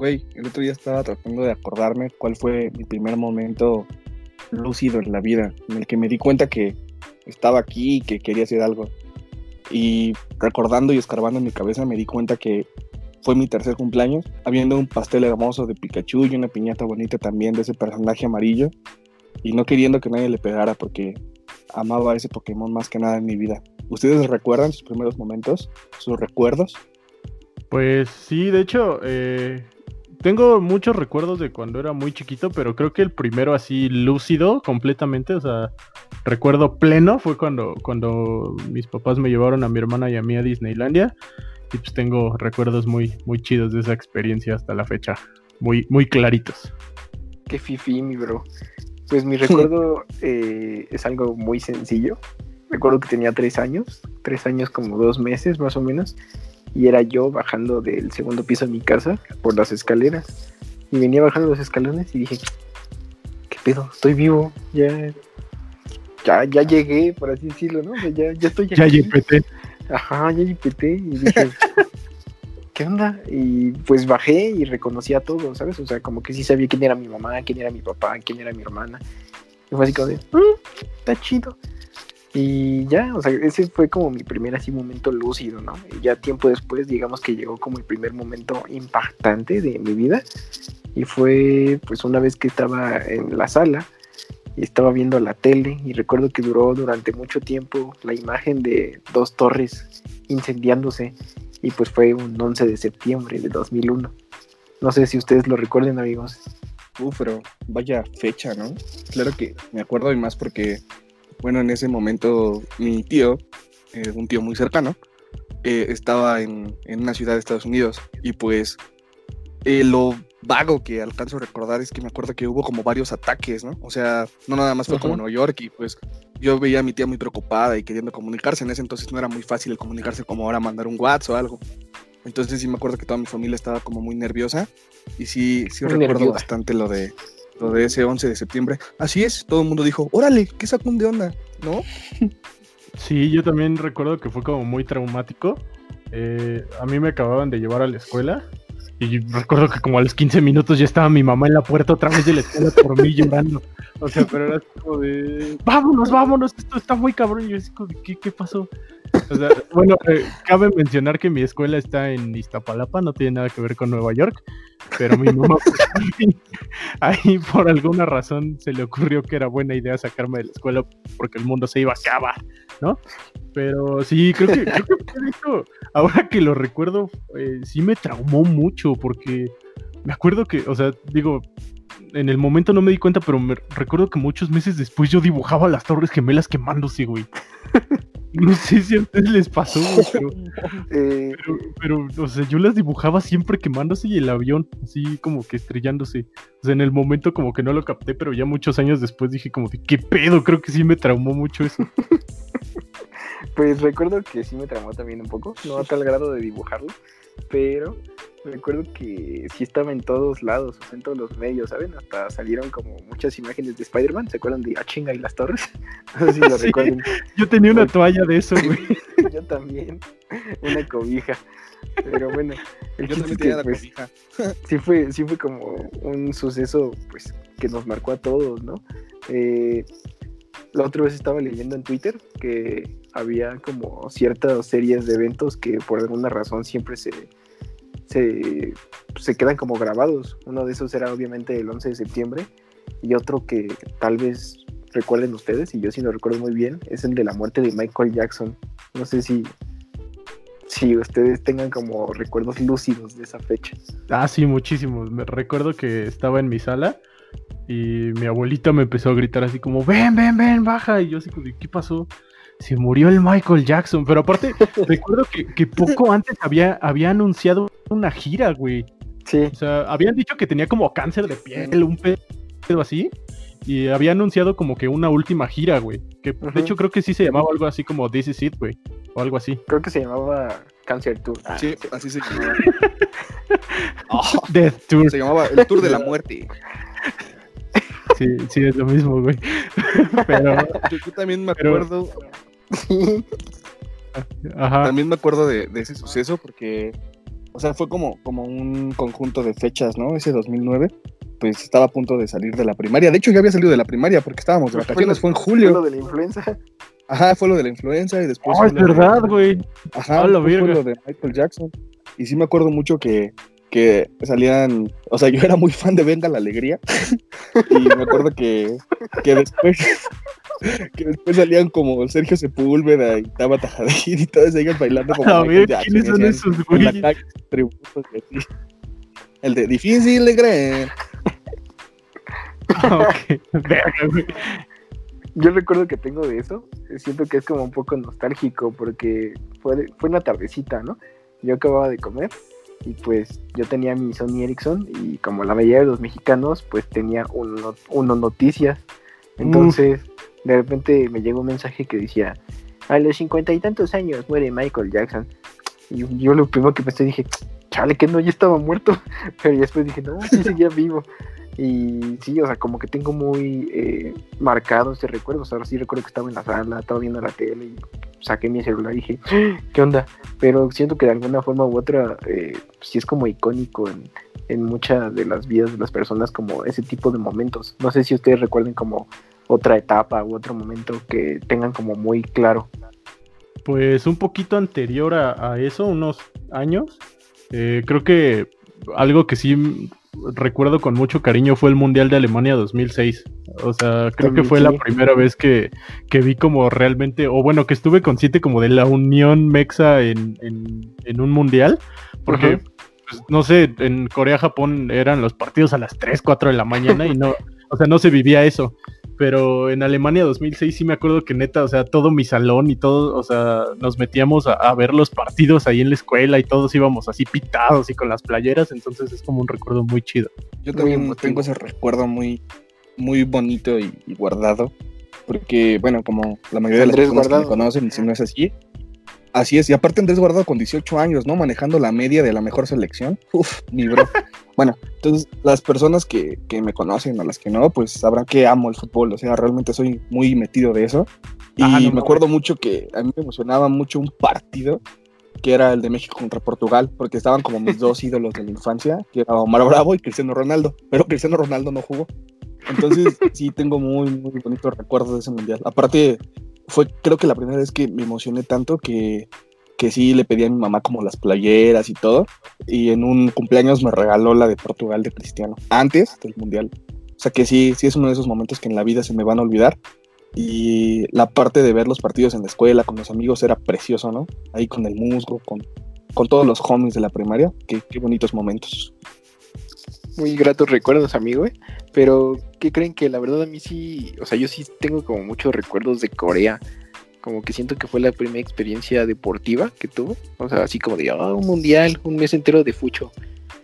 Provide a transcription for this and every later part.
Güey, el otro día estaba tratando de acordarme cuál fue mi primer momento lúcido en la vida, en el que me di cuenta que estaba aquí y que quería hacer algo. Y recordando y escarbando en mi cabeza me di cuenta que fue mi tercer cumpleaños, habiendo un pastel hermoso de Pikachu y una piñata bonita también de ese personaje amarillo, y no queriendo que nadie le pegara porque amaba a ese Pokémon más que nada en mi vida. ¿Ustedes recuerdan sus primeros momentos, sus recuerdos? Pues sí, de hecho, tengo muchos recuerdos de cuando era muy chiquito, pero creo que el primero así lúcido completamente, o sea, recuerdo pleno fue cuando mis papás me llevaron a mi hermana y a mí a Disneylandia, y pues tengo recuerdos muy chidos de esa experiencia hasta la fecha, muy claritos. Qué fifi, mi bro. Pues mi recuerdo es algo muy sencillo. Recuerdo que tenía 3 años como 2 meses más o menos, y era yo bajando del segundo piso de mi casa por las escaleras. Y venía bajando los escalones y dije, ¿qué pedo? Estoy vivo, ya llegué, por así decirlo, ¿no? O sea, ya estoy aquí. Ya YPT. Ajá, ya YPT. Y dije, ¿qué onda? Y pues bajé y reconocí a todos, ¿sabes? O sea, como que sí sabía quién era mi mamá, quién era mi papá, quién era mi hermana. Y fue así como de, está chido. Y ya, o sea, ese fue como mi primer así momento lúcido, ¿no? Y ya tiempo después, digamos que llegó como el primer momento impactante de mi vida. Y fue pues una vez que estaba en la sala y estaba viendo la tele, y recuerdo que duró durante mucho tiempo la imagen de dos torres incendiándose, y pues fue un 11 de septiembre de 2001. No sé si ustedes lo recuerden, amigos. Pero vaya fecha, ¿no? Claro que me acuerdo y más porque, bueno, en ese momento mi tío, un tío muy cercano, estaba en una ciudad de Estados Unidos, y pues lo vago que alcanzo a recordar es que me acuerdo que hubo como varios ataques, ¿no? O sea, no nada más fue como Nueva York, y pues yo veía a mi tía muy preocupada y queriendo comunicarse. En ese entonces no era muy fácil el comunicarse como ahora, mandar un WhatsApp o algo. Entonces sí me acuerdo que toda mi familia estaba como muy nerviosa, y sí recuerdo nerviosa. bastante lo de ese 11 de septiembre. Así es, todo el mundo dijo, órale, qué sacón de onda, ¿no? Sí, yo también recuerdo que fue como muy traumático. A mí me acababan de llevar a la escuela y recuerdo que como a los 15 minutos ya estaba mi mamá en la puerta otra vez de la escuela por mí llorando. O sea, pero era como de, vámonos, esto está muy cabrón. Y yo así como de, ¿qué pasó? O sea, bueno, cabe mencionar que mi escuela está en Iztapalapa, no tiene nada que ver con Nueva York, pero mi mamá ahí por alguna razón se le ocurrió que era buena idea sacarme de la escuela porque el mundo se iba a acabar, ¿no? Pero sí, creo que de hecho, ahora que lo recuerdo, sí me traumó mucho porque me acuerdo que, o sea, digo, en el momento no me di cuenta, pero me recuerdo que muchos meses después yo dibujaba las Torres Gemelas quemándose, güey. No sé si a ustedes les pasó, güey, pero, o sea, yo las dibujaba siempre quemándose y el avión así como que estrellándose. O sea, en el momento como que no lo capté, pero ya muchos años después dije como de, ¿qué pedo? Creo que sí me traumó mucho eso. Pues recuerdo que sí me traumó también un poco, no a tal grado de dibujarlo, pero recuerdo que sí estaba en todos lados, o sea, en todos los medios, ¿saben? Hasta salieron como muchas imágenes de Spider-Man, ¿se acuerdan de chinga y las torres? No sé si lo recuerdan. Yo tenía una toalla de eso, güey. Yo también, una cobija. Pero bueno, yo también tenía la cobija. Sí fue como un suceso pues que nos marcó a todos, ¿no? La otra vez estaba leyendo en Twitter que había como ciertas series de eventos que por alguna razón siempre se quedan como grabados. Uno de esos era obviamente el 11 de septiembre, y otro que tal vez recuerden ustedes, y yo sí lo recuerdo muy bien, es el de la muerte de Michael Jackson. No sé si ustedes tengan como recuerdos lúcidos de esa fecha. Ah, sí, muchísimos. Me recuerdo que estaba en mi sala y mi abuelita me empezó a gritar así como, ven, baja. Y yo así como, ¿qué pasó? Se murió el Michael Jackson. Pero aparte, recuerdo que poco antes había anunciado una gira, güey. Sí. O sea, habían dicho que tenía como cáncer de piel, un pedo así. Y había anunciado como que una última gira, güey. Que de hecho creo que sí se llamaba algo así como This Is It, güey. O algo así. Creo que se llamaba Cancer Tour. Sí, así se llamaba. Death Tour. Se llamaba el Tour de la Muerte. Sí, es lo mismo, güey. Pero yo también me acuerdo. Sí. Ajá. También me acuerdo de ese suceso porque O sea, fue como un conjunto de fechas, ¿no? Ese 2009, pues estaba a punto de salir de la primaria. De hecho, ya había salido de la primaria porque estábamos de Pues vacaciones, fue en Fue julio. lo de la influenza. Ajá, fue lo de la influenza y después Oh, fue es lo de... verdad, güey. Ajá, A la después fue verga. lo de Michael Jackson. Y sí me acuerdo mucho que salían... O sea, yo era muy fan de Venga la Alegría. Y me acuerdo que después... que después salían como Sergio Sepúlveda y Tabata Hadid y todos ellos bailando como A Michael ver, Jackson. ¿quiénes y son hacían esos en la güeyes? calle tributos y así. El de Difícil de creer. Ok, verga, güey. Yo recuerdo que tengo de eso. Siento que es como un poco nostálgico porque fue una tardecita, ¿no? Yo acababa de comer y pues yo tenía mi Sony Ericsson y como la mayoría de los mexicanos pues tenía uno noticias. Entonces de repente me llegó un mensaje que decía: a los 50 y tantos años muere Michael Jackson. Y yo lo primero que pensé dije: chale, que no, ya estaba muerto. Pero después dije: no, sí seguía vivo. Y sí, o sea, como que tengo muy marcado ese recuerdo. O sea, sí recuerdo que estaba en la sala, estaba viendo la tele y saqué mi celular y dije: ¿qué onda? Pero siento que de alguna forma u otra sí es como icónico en muchas de las vidas de las personas, como ese tipo de momentos. No sé si ustedes recuerden como otra etapa u otro momento que tengan como muy claro. Pues un poquito anterior a eso, unos años, creo que algo que sí recuerdo con mucho cariño fue el Mundial de Alemania 2006. O sea, creo que También fue sí. la primera vez que vi como realmente, o bueno, que estuve consciente como de la unión mexa en un mundial, porque, pues, no sé, en Corea, Japón eran los partidos a las 3, 4 de la mañana y no, o sea, no se vivía eso. Pero en Alemania 2006 sí me acuerdo que neta, o sea, todo mi salón y todo, o sea, nos metíamos a ver los partidos ahí en la escuela y todos íbamos así pitados y con las playeras, entonces es como un recuerdo muy chido. Yo Muy también emotivo. tengo ese recuerdo muy, muy bonito y guardado. Porque, bueno, como la mayoría de las Andrés personas que Guardado. me conocen, y si no es así, así es. Y aparte Andrés Guardado con 18 años, ¿no? Manejando la media de la mejor selección. Uf, mi bro. Bueno, entonces las personas que me conocen o las que no, pues sabrán que amo el fútbol. O sea, realmente soy muy metido de eso. Y no me acuerdo mucho que a mí me emocionaba mucho un partido que era el de México contra Portugal, porque estaban como mis dos ídolos de la infancia, que era Omar Bravo y Cristiano Ronaldo, pero Cristiano Ronaldo no jugó. Entonces sí tengo muy, muy bonitos recuerdos de ese mundial. Aparte, fue creo que la primera vez que me emocioné tanto que sí le pedí a mi mamá como las playeras y todo, y en un cumpleaños me regaló la de Portugal de Cristiano, antes del mundial. O sea que sí es uno de esos momentos que en la vida se me van a olvidar. Y la parte de ver los partidos en la escuela con los amigos era precioso, ¿no? Ahí con el musgo, con todos los homies de la primaria. Qué bonitos momentos. Muy gratos recuerdos, amigo, ¿eh? Pero, ¿qué creen? Que la verdad a mí sí, o sea, yo sí tengo como muchos recuerdos de Corea. Como que siento que fue la primera experiencia deportiva que tuvo. O sea, así como de, un mundial, un mes entero de fucho.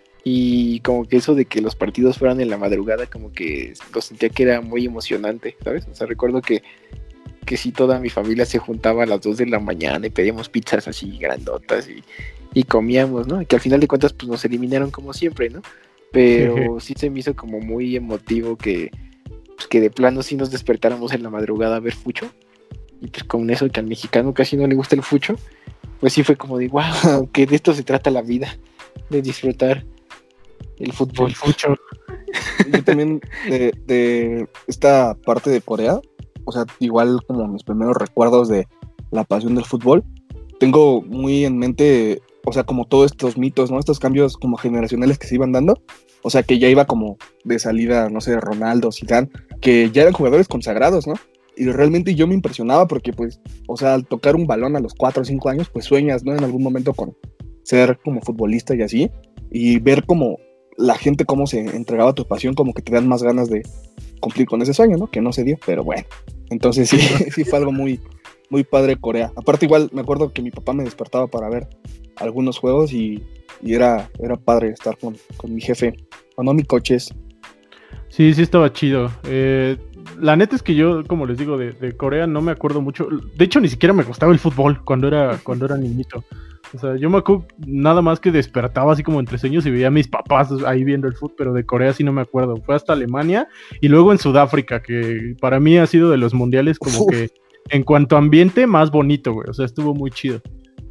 Y como que eso de que los partidos fueran en la madrugada, como que lo sentía que era muy emocionante, ¿sabes? O sea, recuerdo que sí, toda mi familia se juntaba a las 2 de la mañana y pedíamos pizzas así grandotas y comíamos, ¿no? Y que al final de cuentas pues nos eliminaron como siempre, ¿no? Pero sí se me hizo como muy emotivo que de plano sí nos despertáramos en la madrugada a ver fucho. Y pues con eso que al mexicano casi no le gusta el fucho, pues sí fue como de, wow, que de esto se trata la vida, de disfrutar el fútbol. El fucho. Yo también de esta parte de Corea, o sea, igual como mis primeros recuerdos de la pasión del fútbol, tengo muy en mente, o sea, como todos estos mitos, ¿no? Estos cambios como generacionales que se iban dando. O sea, que ya iba como de salida, no sé, Ronaldo, Zidane, que ya eran jugadores consagrados, ¿no? Y realmente yo me impresionaba porque, pues, o sea, al tocar un balón a los 4 o 5 años, pues sueñas, ¿no? En algún momento con ser como futbolista y así. Y ver como la gente cómo se entregaba a tu pasión, como que te dan más ganas de cumplir con ese sueño, ¿no? Que no se dio, pero bueno. Entonces sí, sí fue algo muy, muy padre Corea. Aparte igual me acuerdo que mi papá me despertaba para ver algunos juegos y era padre estar con mi jefe, o no mi coches. Sí estaba chido. La neta es que yo, como les digo, de Corea no me acuerdo mucho. De hecho, ni siquiera me gustaba el fútbol cuando era niñito. O sea, yo me acuerdo nada más que despertaba así como entre sueños y veía a mis papás ahí viendo el fútbol, pero de Corea sí no me acuerdo. Fue hasta Alemania y luego en Sudáfrica, que para mí ha sido de los mundiales como que en cuanto a ambiente más bonito, güey. O sea, estuvo muy chido.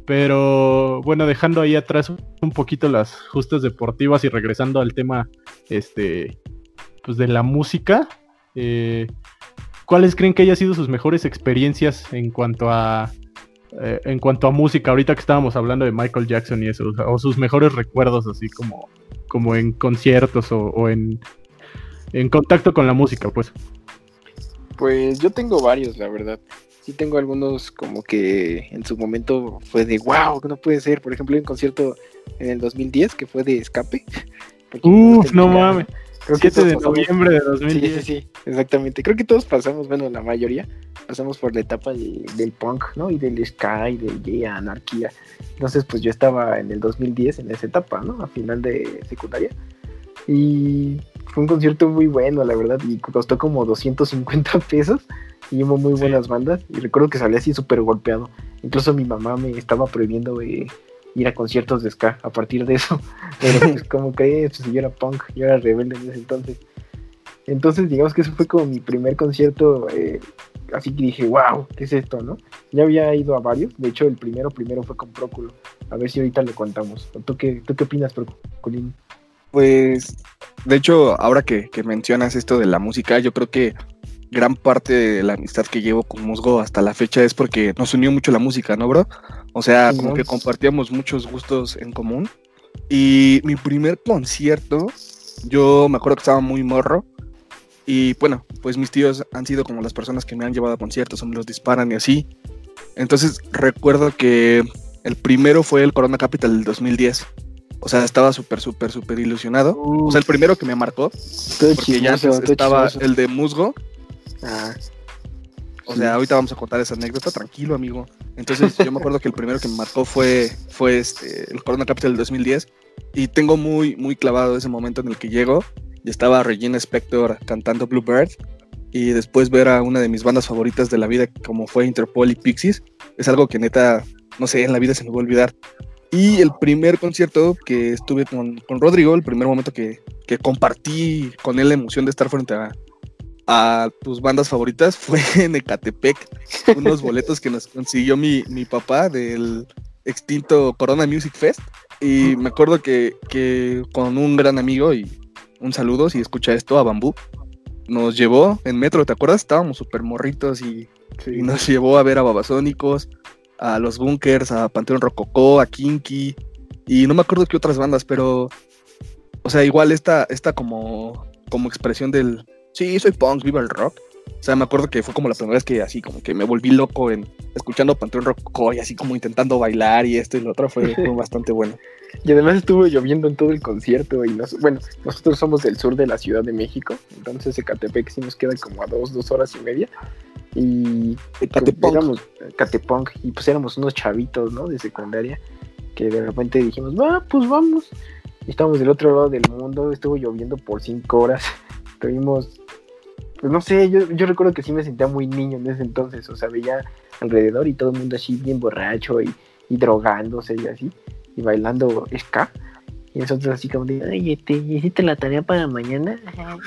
Pero bueno, dejando ahí atrás un poquito las justas deportivas y regresando al tema pues de la música, ¿cuáles creen que hayan sido sus mejores experiencias en cuanto a música? Ahorita que estábamos hablando de Michael Jackson y eso, o sus mejores recuerdos así como en conciertos o en contacto con la música, pues. Pues yo tengo varios, la verdad. Sí tengo algunos como que en su momento fue de wow, que no puede ser. Por ejemplo, un concierto en el 2010 que fue de Escape. Uf, no mames. 7 de noviembre de 2010. Sí, exactamente. Creo que todos pasamos, bueno, la mayoría, pasamos por la etapa del punk, ¿no? Y del ska y del yeah, anarquía. Entonces, pues yo estaba en el 2010 en esa etapa, ¿no? A final de secundaria. Y fue un concierto muy bueno, la verdad, y costó como 250 pesos. Y hubo muy buenas bandas. Y recuerdo que salí así súper golpeado. Incluso mi mamá me estaba prohibiendo ir a conciertos de ska a partir de eso. Pero pues como crees, pues yo era punk, yo era rebelde en ese entonces. Entonces digamos que eso fue como mi primer concierto, así que dije, wow, ¿qué es esto, no? Ya había ido a varios, de hecho el primero fue con Próculo. A ver si ahorita le contamos. ¿Tú qué opinas, Proculín? Pues, de hecho, ahora que mencionas esto de la música, yo creo que gran parte de la amistad que llevo con Musgo hasta la fecha es porque nos unió mucho la música, ¿no, bro? O sea, como que compartíamos muchos gustos en común. Y mi primer concierto, yo me acuerdo que estaba muy morro. Y bueno, pues mis tíos han sido como las personas que me han llevado a conciertos, o me los disparan y así. Entonces recuerdo que el primero fue el Corona Capital del 2010. O sea, estaba súper ilusionado. O sea, el primero que me marcó, porque ya estaba el de Musgo. O sea, ahorita vamos a contar esa anécdota, tranquilo, amigo. Entonces, yo me acuerdo que el primero que me marcó fue el Corona Capital del 2010. Y tengo muy clavado ese momento en el que llego y estaba Regina Spector cantando Bluebird. Y después ver a una de mis bandas favoritas de la vida, como fue Interpol y Pixies, es algo que neta, no sé, en la vida se me va a olvidar. Y el primer concierto que estuve con Rodrigo, el primer momento que compartí con él la emoción de estar frente a tus bandas favoritas, fue en Ecatepec, unos boletos que nos consiguió mi papá del extinto Corona Music Fest. Y me acuerdo que con un gran amigo, y un saludo si escucha esto, a Bambú, nos llevó en metro, ¿te acuerdas? Estábamos súper morritos y nos llevó a ver a Babasónicos, a los Bunkers, a Panteón Rococó, a Kinky, y no me acuerdo qué otras bandas, pero, o sea, igual esta como expresión del, sí, soy punk, viva el rock. O sea, me acuerdo que fue como la primera vez que así como que me volví loco escuchando Panteón Rococó y así como intentando bailar y esto y lo otro, fue bastante bueno. Y además estuvo lloviendo en todo el concierto y nosotros somos del sur de la Ciudad de México, entonces Ecatepec sí nos queda como a 2 horas y media. Y éramos Catepunk, y pues éramos unos chavitos, ¿no? De secundaria, que de repente dijimos, pues vamos. Y estábamos del otro lado del mundo, estuvo lloviendo por 5 horas. Tuvimos, pues no sé, yo recuerdo que sí me sentía muy niño en ese entonces, o sea, veía alrededor y todo el mundo así bien borracho y drogándose y así, y bailando ska. Y nosotros así como de, oye, ¿te hiciste la tarea para mañana?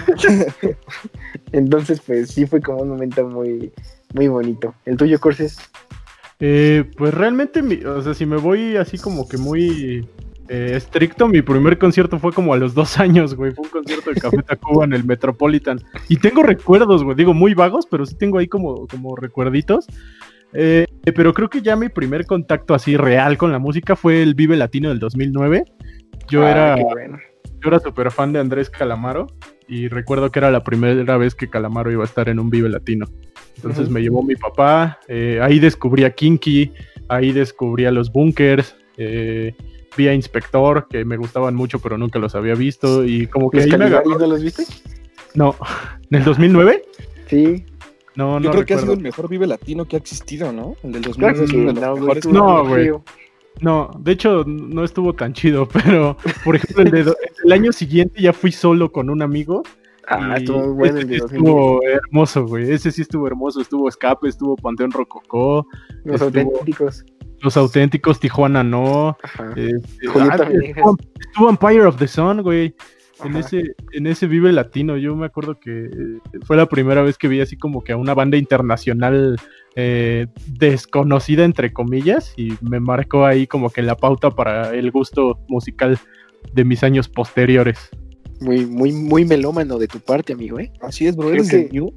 Entonces, pues sí fue como un momento muy, muy bonito. ¿El tuyo, Corses? Pues realmente, o sea, si me voy así como que muy estricto, mi primer concierto fue como a los 2 años, güey. Fue un concierto de Café Tacuba en el Metropolitan. Y tengo recuerdos, güey, digo, muy vagos, pero sí tengo ahí como recuerditos. Pero creo que ya mi primer contacto así real con la música fue el Vive Latino del 2009. Yo era súper fan de Andrés Calamaro y recuerdo que era la primera vez que Calamaro iba a estar en un Vive Latino. Entonces me llevó mi papá, ahí descubrí a Kinky, ahí descubrí a los Bunkers, vi a Inspector, que me gustaban mucho pero nunca los había visto y como que ahí me agarró. ¿No los viste? No, ¿en el 2009? Sí. No, yo creo que ha sido el mejor Vive Latino que ha existido, ¿no? El del 2009 es uno de los mejores. No, güey. No, de hecho no estuvo tan chido, pero por ejemplo el año siguiente ya fui solo con un amigo. Estuvo muy bueno. Estuvo hermoso, güey. Ese sí estuvo hermoso. Estuvo Escape, estuvo Panteón Rococó. Auténticos. Los Auténticos, Tijuana no. Julieta estuvo Empire of the Sun, güey. Ajá. En ese Vive Latino, yo me acuerdo que fue la primera vez que vi así como que a una banda internacional desconocida, entre comillas, y me marcó ahí como que la pauta para el gusto musical de mis años posteriores. Muy, muy, muy melómano de tu parte, amigo, ¿eh? Así es, bro, Creo eres que- del New.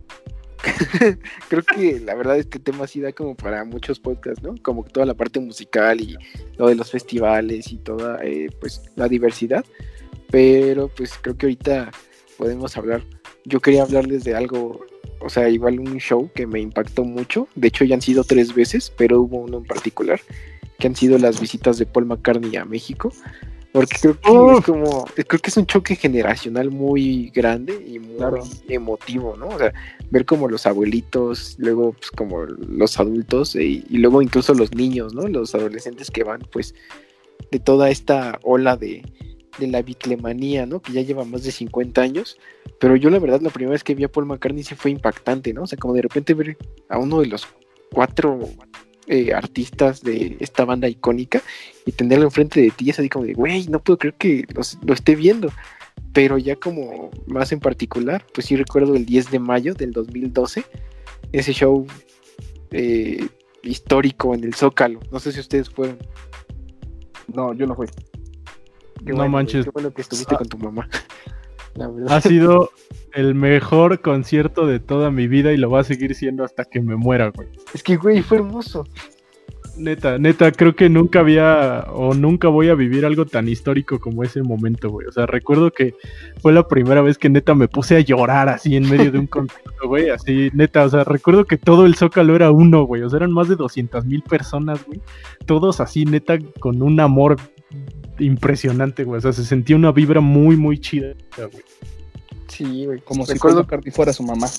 Creo que la verdad este tema sí da como para muchos podcasts, ¿no? Como que toda la parte musical y lo de los festivales y toda pues la diversidad. Pero pues creo que ahorita podemos hablar. Yo quería hablarles de algo, o sea, igual un show que me impactó mucho. De hecho ya han sido 3 veces, pero hubo uno en particular, que han sido las visitas de Paul McCartney a México. Porque creo que es un choque generacional muy grande y muy Claro. emotivo, ¿no? O sea, ver como los abuelitos, luego pues como los adultos y luego incluso los niños, ¿no? Los adolescentes que van pues de toda esta ola de la Beatlemanía, ¿no? Que ya lleva más de 50 años. Pero yo la verdad la primera vez que vi a Paul McCartney sí fue impactante, ¿no? O sea, como de repente ver a uno de los 4 artistas de esta banda icónica y tenerlo enfrente de ti es así como de, güey, no puedo creer que lo esté viendo. Pero ya como más en particular, pues sí recuerdo el 10 de mayo del 2012, ese show histórico en el Zócalo. No sé si ustedes fueron. No, yo no fui. Qué No bueno, manches. qué bueno que estuviste con tu mamá. La verdad. Ha sido el mejor concierto de toda mi vida y lo va a seguir siendo hasta que me muera, güey. Es que, güey, fue hermoso. Neta, creo que nunca había o nunca voy a vivir algo tan histórico como ese momento, güey. O sea, recuerdo que fue la primera vez que neta me puse a llorar así en medio de un concierto, güey. Así, neta, o sea, recuerdo que todo el Zócalo era uno, güey. O sea, eran más de 200,000 personas, güey. Todos así, neta, con un amor impresionante, güey. O sea, se sentía una vibra muy, muy chida, güey. Sí, güey. Como si Paul recuerdo. McCartney fuera su mamá.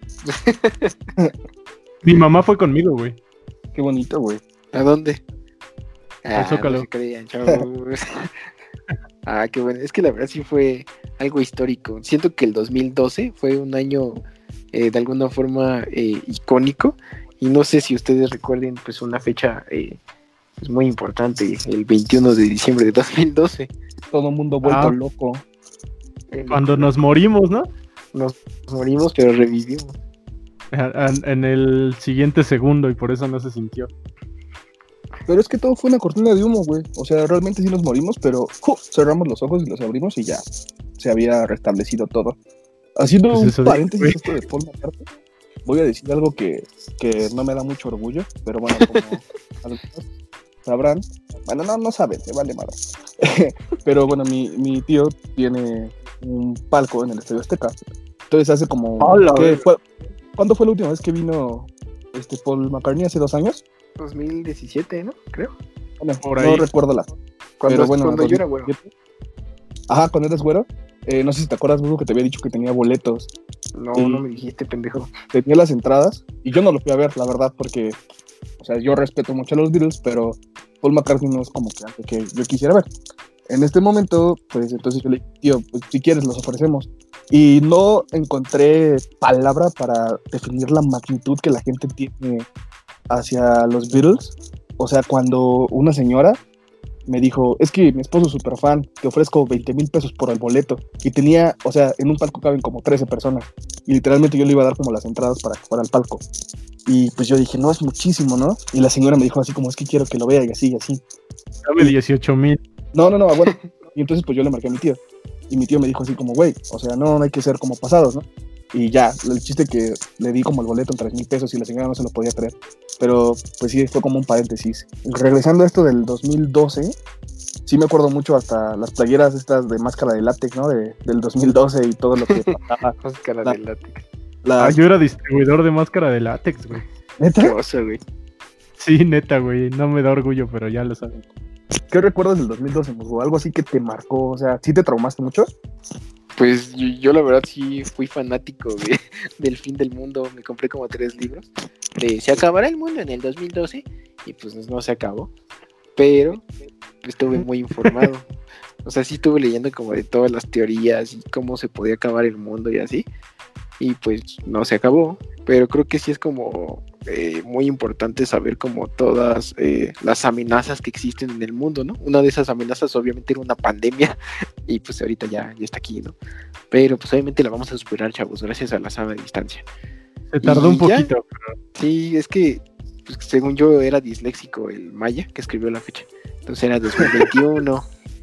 Mi mamá fue conmigo, güey. Qué bonito, güey. ¿A dónde? Zócalo. No se creían, chavos. Qué bueno. Es que la verdad sí fue algo histórico. Siento que el 2012 fue un año de alguna forma icónico. Y no sé si ustedes recuerden pues una fecha pues, muy importante, el 21 de diciembre de 2012. Todo el mundo vuelto Ah. loco. Cuando nos morimos, ¿no? Nos morimos, pero revivimos. En el siguiente segundo y por eso no se sintió. Pero es que todo fue una cortina de humo, güey. O sea, realmente sí nos morimos, pero cerramos los ojos y los abrimos y ya se había restablecido todo. Haciendo Pues un eso paréntesis güey. esto de Paul McCartney, voy a decir algo que no me da mucho orgullo, pero bueno, como algunos sabrán, bueno, no saben, me vale madre. Pero bueno, mi tío tiene un palco en el Estadio Azteca. Entonces hace como... Hola, güey. ¿Cuándo fue la última vez que vino Paul McCartney? ¿Hace 2 años? 2017, ¿no? Creo. Bueno, Por no ahí. recuerdo la. Cuando, Pero bueno, cuando yo era güero. 2017. Ajá, cuando eras güero. No sé si te acuerdas, Hugo, que te había dicho que tenía boletos. No, Sí. no me dijiste, pendejo. Tenía las entradas y yo no lo fui a ver, la verdad, porque, o sea, yo respeto mucho a los Beatles, pero Paul McCartney no es como que algo que yo quisiera ver. En este momento, pues entonces yo le dije, tío, pues si quieres los ofrecemos. Y no encontré palabra para definir la magnitud que la gente tiene hacia los Beatles. O sea, cuando una señora me dijo, es que mi esposo es súper fan, te ofrezco 20,000 pesos por el boleto. Y tenía, o sea, en un palco caben como 13 personas. Y literalmente yo le iba a dar como las entradas para que fuera al palco. Y pues yo dije, no, es muchísimo, ¿no? Y la señora me dijo así como, es que quiero que lo vea y así, y así. Dame 18,000. No, bueno. Y entonces pues yo le marqué a mi tío. Y mi tío me dijo así como, güey, o sea, no hay que ser como pasados, ¿no? Y ya, el chiste que le di como el boleto en 3,000 pesos y la señora no se lo podía creer. Pero pues sí, fue como un paréntesis. Regresando a esto del 2012, sí me acuerdo mucho hasta las playeras estas de máscara de látex, ¿no? Del 2012 y todo lo que pasaba. Máscara La- de látex. Yo era distribuidor de máscara de látex, güey. ¿Neta? Qué oso, güey. Sí, neta, güey. No me da orgullo, pero ya lo saben. ¿Qué recuerdas del 2012, Musgo? Algo así que te marcó, o sea, ¿sí te traumaste mucho? Pues yo la verdad sí fui fanático del fin del mundo. Me compré como 3 libros de Se acabará el mundo en el 2012 y pues no se acabó. Pero estuve muy informado. O sea, sí estuve leyendo como de todas las teorías y cómo se podía acabar el mundo y así. Y pues no se acabó. Pero creo que sí es como muy importante saber como todas las amenazas que existen en el mundo, ¿no? Una de esas amenazas obviamente era una pandemia y pues ahorita ya está aquí, ¿no? Pero pues obviamente la vamos a superar, chavos, gracias a la sana distancia. Se tardó un poquito. Sí, es que pues, según yo era disléxico el maya que escribió la fecha. Entonces era 2021.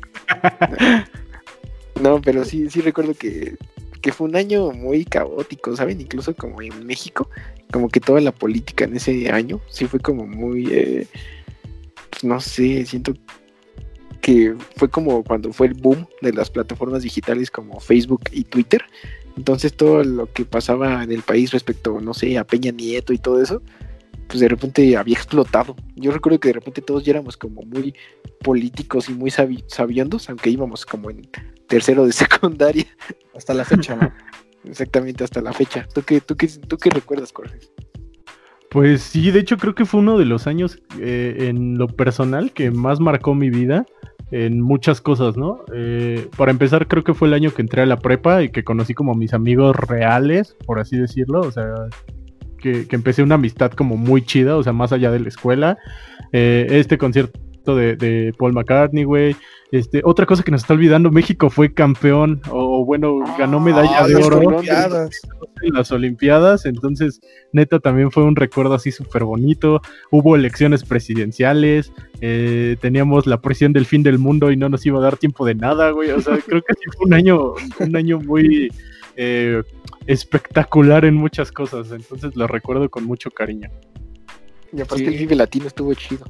No, pero sí recuerdo que fue un año muy caótico, ¿saben? Incluso como en México, como que toda la política en ese año sí fue como muy, pues no sé, siento que fue como cuando fue el boom de las plataformas digitales como Facebook y Twitter. Entonces todo lo que pasaba en el país respecto, no sé, a Peña Nieto y todo eso, pues de repente había explotado. Yo recuerdo que de repente todos ya éramos como muy políticos y muy sabiondos, aunque íbamos como en tercero de secundaria. Hasta la fecha, ¿no? Exactamente, hasta la fecha. ¿Tú qué recuerdas, Jorge? Pues sí, de hecho creo que fue uno de los años en lo personal que más marcó mi vida en muchas cosas, ¿no? Para empezar, creo que fue el año que entré a la prepa y que conocí como mis amigos reales, por así decirlo, o sea, que empecé una amistad como muy chida, o sea, más allá de la escuela. Este concierto de Paul McCartney, güey. Otra cosa que nos está olvidando, México fue campeón, o bueno, ganó medalla de oro en las Olimpiadas, entonces neta también fue un recuerdo así súper bonito. Hubo elecciones presidenciales, teníamos la presión del fin del mundo y no nos iba a dar tiempo de nada, güey, o sea, creo que sí fue un año muy espectacular en muchas cosas, entonces lo recuerdo con mucho cariño. Y aparte el Vive Latino estuvo chido.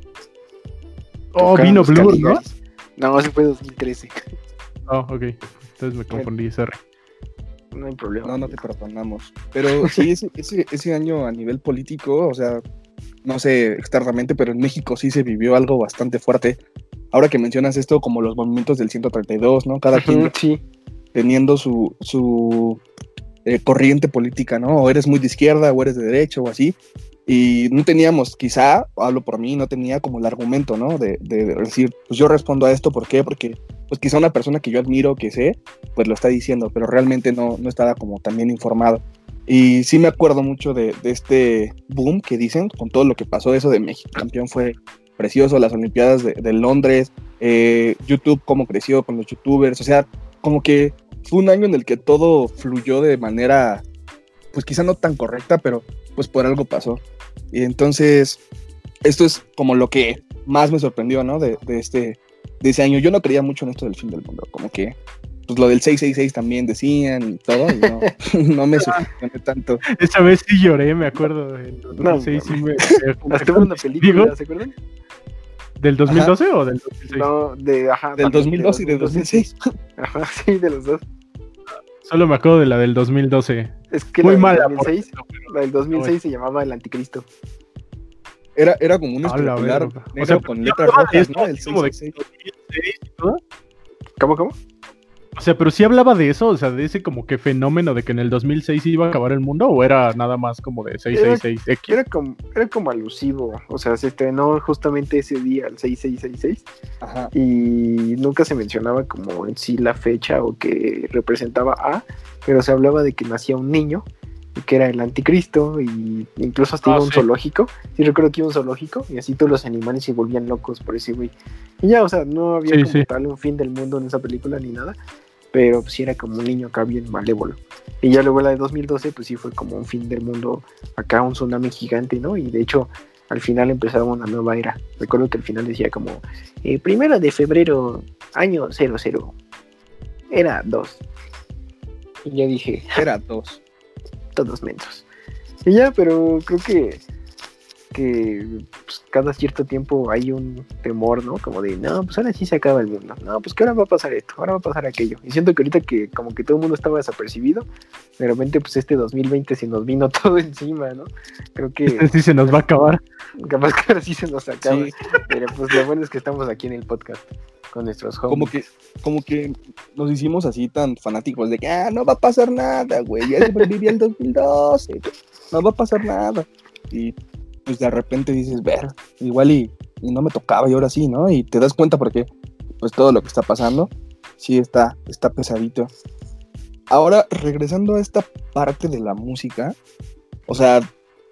Oh, vino Blur, ¿no? No, ese fue 2013. Oh, ok. Entonces me confundí, sorry. No hay problema. No te perdonamos. Pero sí, ese año a nivel político, o sea, no sé externamente, pero en México sí se vivió algo bastante fuerte. Ahora que mencionas esto, como los movimientos del 132, ¿no? Cada quien sí, teniendo su corriente política, ¿no? O eres muy de izquierda o eres de derecha o así. Y no teníamos, quizá, hablo por mí, no tenía como el argumento, ¿no? De decir, pues yo respondo a esto, ¿por qué? Porque pues quizá una persona que yo admiro, que sé, pues lo está diciendo, pero realmente no estaba como tan bien informado. Y sí me acuerdo mucho de este boom que dicen, con todo lo que pasó, eso de México campeón fue precioso, las Olimpiadas de Londres, YouTube cómo creció con los youtubers, o sea, como que fue un año en el que todo fluyó de manera, pues quizá no tan correcta, pero pues por algo pasó. Y entonces, esto es como lo que más me sorprendió, ¿no? De ese año. Yo no creía mucho en esto del fin del mundo, como que pues lo del 666 también decían y todo, y no me sorprendió tanto. Esa vez sí lloré, me acuerdo. No, sí, hasta hubo una película, ¿se acuerdan? ¿Del 2012 o del 2006? No, del 2002 y del 2006. Ajá, sí, de los dos. Solo me acuerdo de la del 2012. Es que muy la mala. La del 2006 se llamaba El Anticristo. Era como un especular negro, o sea, con letras rojas, ¿no? El 666. ¿Cómo? O sea, pero sí hablaba de eso, o sea, de ese como que fenómeno de que en el 2006 iba a acabar el mundo, o era nada más como de 666X. Era como alusivo, o sea, se estrenó justamente ese día, el 6666, ajá, y nunca se mencionaba como en sí la fecha o que representaba a, pero se hablaba de que nacía un niño, y que era el anticristo, y incluso hasta iba a un zoológico, sí recuerdo que iba a un zoológico, y así todos los animales se volvían locos por ese güey, y ya, o sea, no había tal un fin del mundo en esa película ni nada, pero pues sí era como un niño acá bien malévolo. Y ya luego la de 2012, pues sí fue como un fin del mundo, acá un tsunami gigante, ¿no? Y de hecho, al final empezaba una nueva era. Recuerdo que al final decía como, 1 de febrero, año 00, era 2. Y ya dije, era 2. Todos mensos. Y ya, pero creo que pues, cada cierto tiempo hay un temor, ¿no? Como de, no, pues ahora sí se acaba el mundo. No, pues que ahora va a pasar esto, ahora va a pasar aquello. Y siento que ahorita que como que todo el mundo estaba desapercibido, de repente pues 2020 se nos vino todo encima, ¿no? Creo que... sí se nos va a acabar. Capaz que ahora sí se nos acaba. Sí. Pero pues lo bueno es que estamos aquí en el podcast con nuestros homies. Como que nos hicimos así tan fanáticos de que, no va a pasar nada, güey, ya sobreviví al 2012, no va a pasar nada. Y pues de repente dices, ver, igual y no me tocaba y ahora sí, ¿no? Y te das cuenta porque pues todo lo que está pasando sí está pesadito. Ahora, regresando a esta parte de la música, o sea,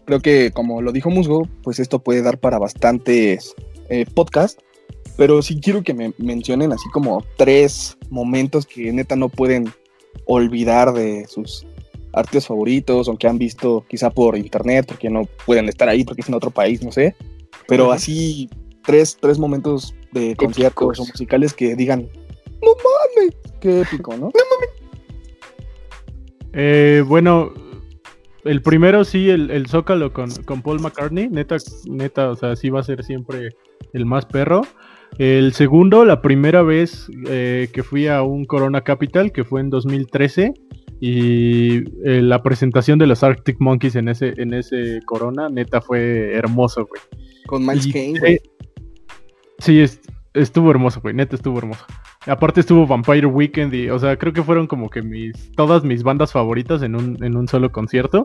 creo que como lo dijo Musgo, pues esto puede dar para bastantes podcasts, pero sí quiero que me mencionen así como 3 momentos que neta no pueden olvidar de sus artistas favoritos, o que han visto quizá por internet, porque no pueden estar ahí, porque es en otro país, no sé, pero así 3 momentos de conciertos o musicales que digan, no mames, qué épico, ¿no? Bueno, el primero sí, el Zócalo con Paul McCartney, neta, o sea, sí va a ser siempre el más perro. El segundo, la primera vez que fui a un Corona Capital, que fue en 2013, y la presentación de los Arctic Monkeys en ese Corona, neta fue hermoso, güey. Con Miles Kane, güey. Sí, estuvo hermoso, güey, neta estuvo hermoso. Aparte estuvo Vampire Weekend y, o sea, creo que fueron como que todas mis bandas favoritas en un solo concierto.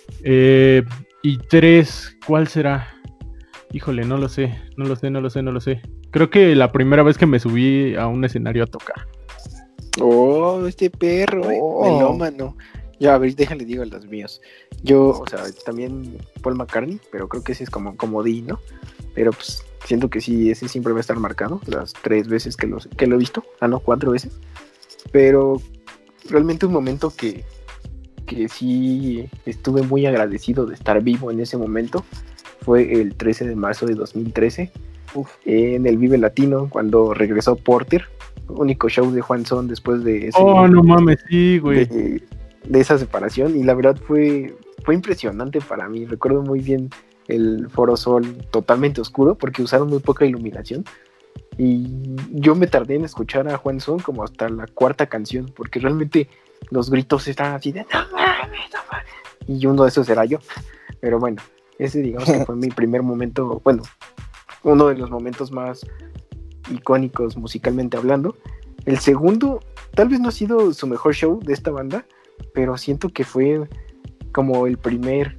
Y 3, ¿cuál será? Híjole, no lo sé. Creo que la primera vez que me subí a un escenario a tocar. Oh, este perro, melómano. Ya, a ver, déjale digo los míos. Yo, o sea, también Paul McCartney, pero creo que ese es como comodín, ¿no? Pero pues siento que sí, ese siempre va a estar marcado, las 3 veces que lo he visto. 4 veces. Pero realmente un momento que sí estuve muy agradecido de estar vivo en ese momento fue el 13 de marzo de 2013, en el Vive Latino, cuando regresó Porter, único show de Juan Son después de ese... Oh, no mames, sí, güey. De esa separación, y la verdad fue impresionante para mí. Recuerdo muy bien el Foro Sol totalmente oscuro, porque usaron muy poca iluminación, y yo me tardé en escuchar a Juan Son como hasta la 4ª canción, porque realmente los gritos estaban así de... Y uno de esos era yo. Pero bueno, ese digamos que fue mi primer momento, bueno, uno de los momentos más icónicos musicalmente hablando. El segundo, tal vez no ha sido su mejor show de esta banda, pero siento que fue como el primer,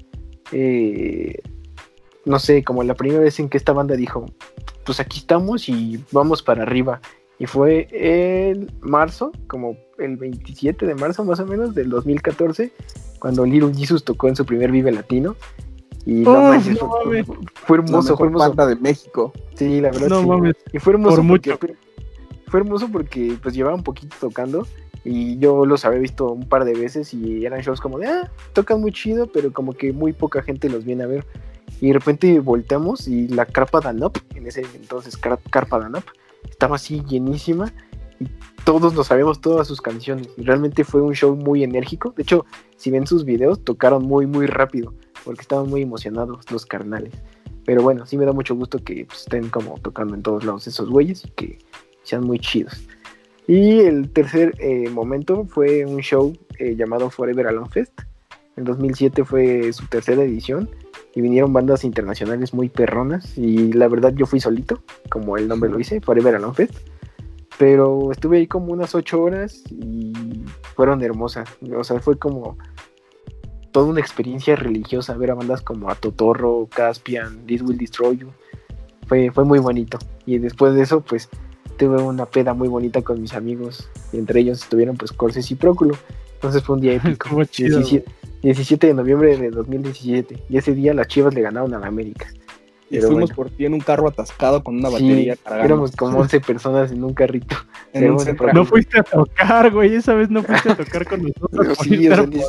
no sé, como la primera vez en que esta banda dijo, pues aquí estamos y vamos para arriba. Y fue en marzo, como el 27 de marzo más o menos del 2014, cuando Little Jesus tocó en su primer Vive Latino. Y fue hermoso, fue hermoso. Banda de México. Sí, la verdad. No sí. mames. Y fue hermoso porque fue hermoso porque pues llevaba un poquito tocando, y yo los había visto un par de veces y eran shows como de tocan muy chido, pero como que muy poca gente los viene a ver. Y de repente volteamos y la Carpa Danop, en ese entonces Carpa Danop, estaba así llenísima y todos nos sabíamos todas sus canciones. Y realmente fue un show muy enérgico. De hecho, si ven sus videos, tocaron muy muy rápido porque estaban muy emocionados los carnales. Pero bueno, sí me da mucho gusto que pues, estén como tocando en todos lados esos güeyes y que sean muy chidos. Y el tercer momento fue un show llamado Forever Alone Fest. En 2007 fue su tercera edición y vinieron bandas internacionales muy perronas, y la verdad yo fui solito, como el nombre lo dice, Forever Alone Fest. Pero estuve ahí como unas 8 horas y fueron hermosas. O sea, fue como toda una experiencia religiosa ver a bandas como a Totorro, Caspian, This Will Destroy You. Fue muy bonito. Y después de eso, pues tuve una peda muy bonita con mis amigos, y entre ellos estuvieron pues Corses y Próculo. Entonces fue un día épico. 17 de noviembre de 2017, y ese día las Chivas le ganaron a la América. Y pero fuimos por ti en un carro atascado con una batería cargando. Éramos como 11 personas en un carrito. No fuiste a tocar, güey, esa vez no fuiste a tocar con nosotros. Sí,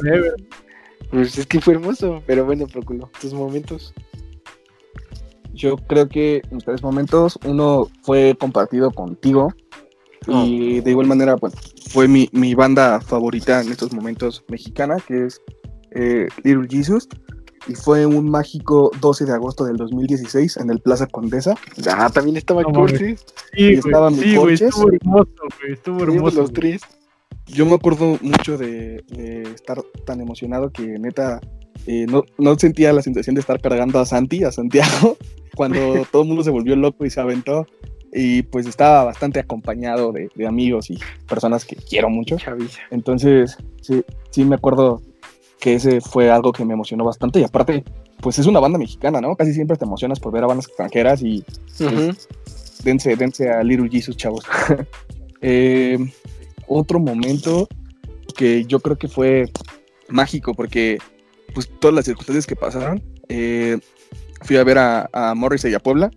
pues es que fue hermoso, pero bueno, Próculo, tus momentos. Yo creo que en 3 momentos, uno fue compartido contigo, y de igual manera, bueno, fue mi banda favorita en estos momentos mexicana, que es Little Jesus, y fue un mágico 12 de agosto del 2016 en el Plaza Condesa. También estaba Cortes. Sí, estaba mi Cortes. Estuvo hermoso, güey, estuvo hermoso. Los 3. Yo me acuerdo mucho de estar tan emocionado que neta no sentía la sensación de estar cargando a Santiago, cuando todo el mundo se volvió loco y se aventó. Y pues estaba bastante acompañado de amigos y personas que quiero mucho. Chaviza. Entonces, sí me acuerdo que ese fue algo que me emocionó bastante. Y aparte, pues es una banda mexicana, ¿no? Casi siempre te emocionas por ver a bandas extranjeras y pues, dense a Little Jesus, chavos. Otro momento que yo creo que fue mágico, porque pues todas las circunstancias que pasaron, fui a ver a Morrissey a Puebla.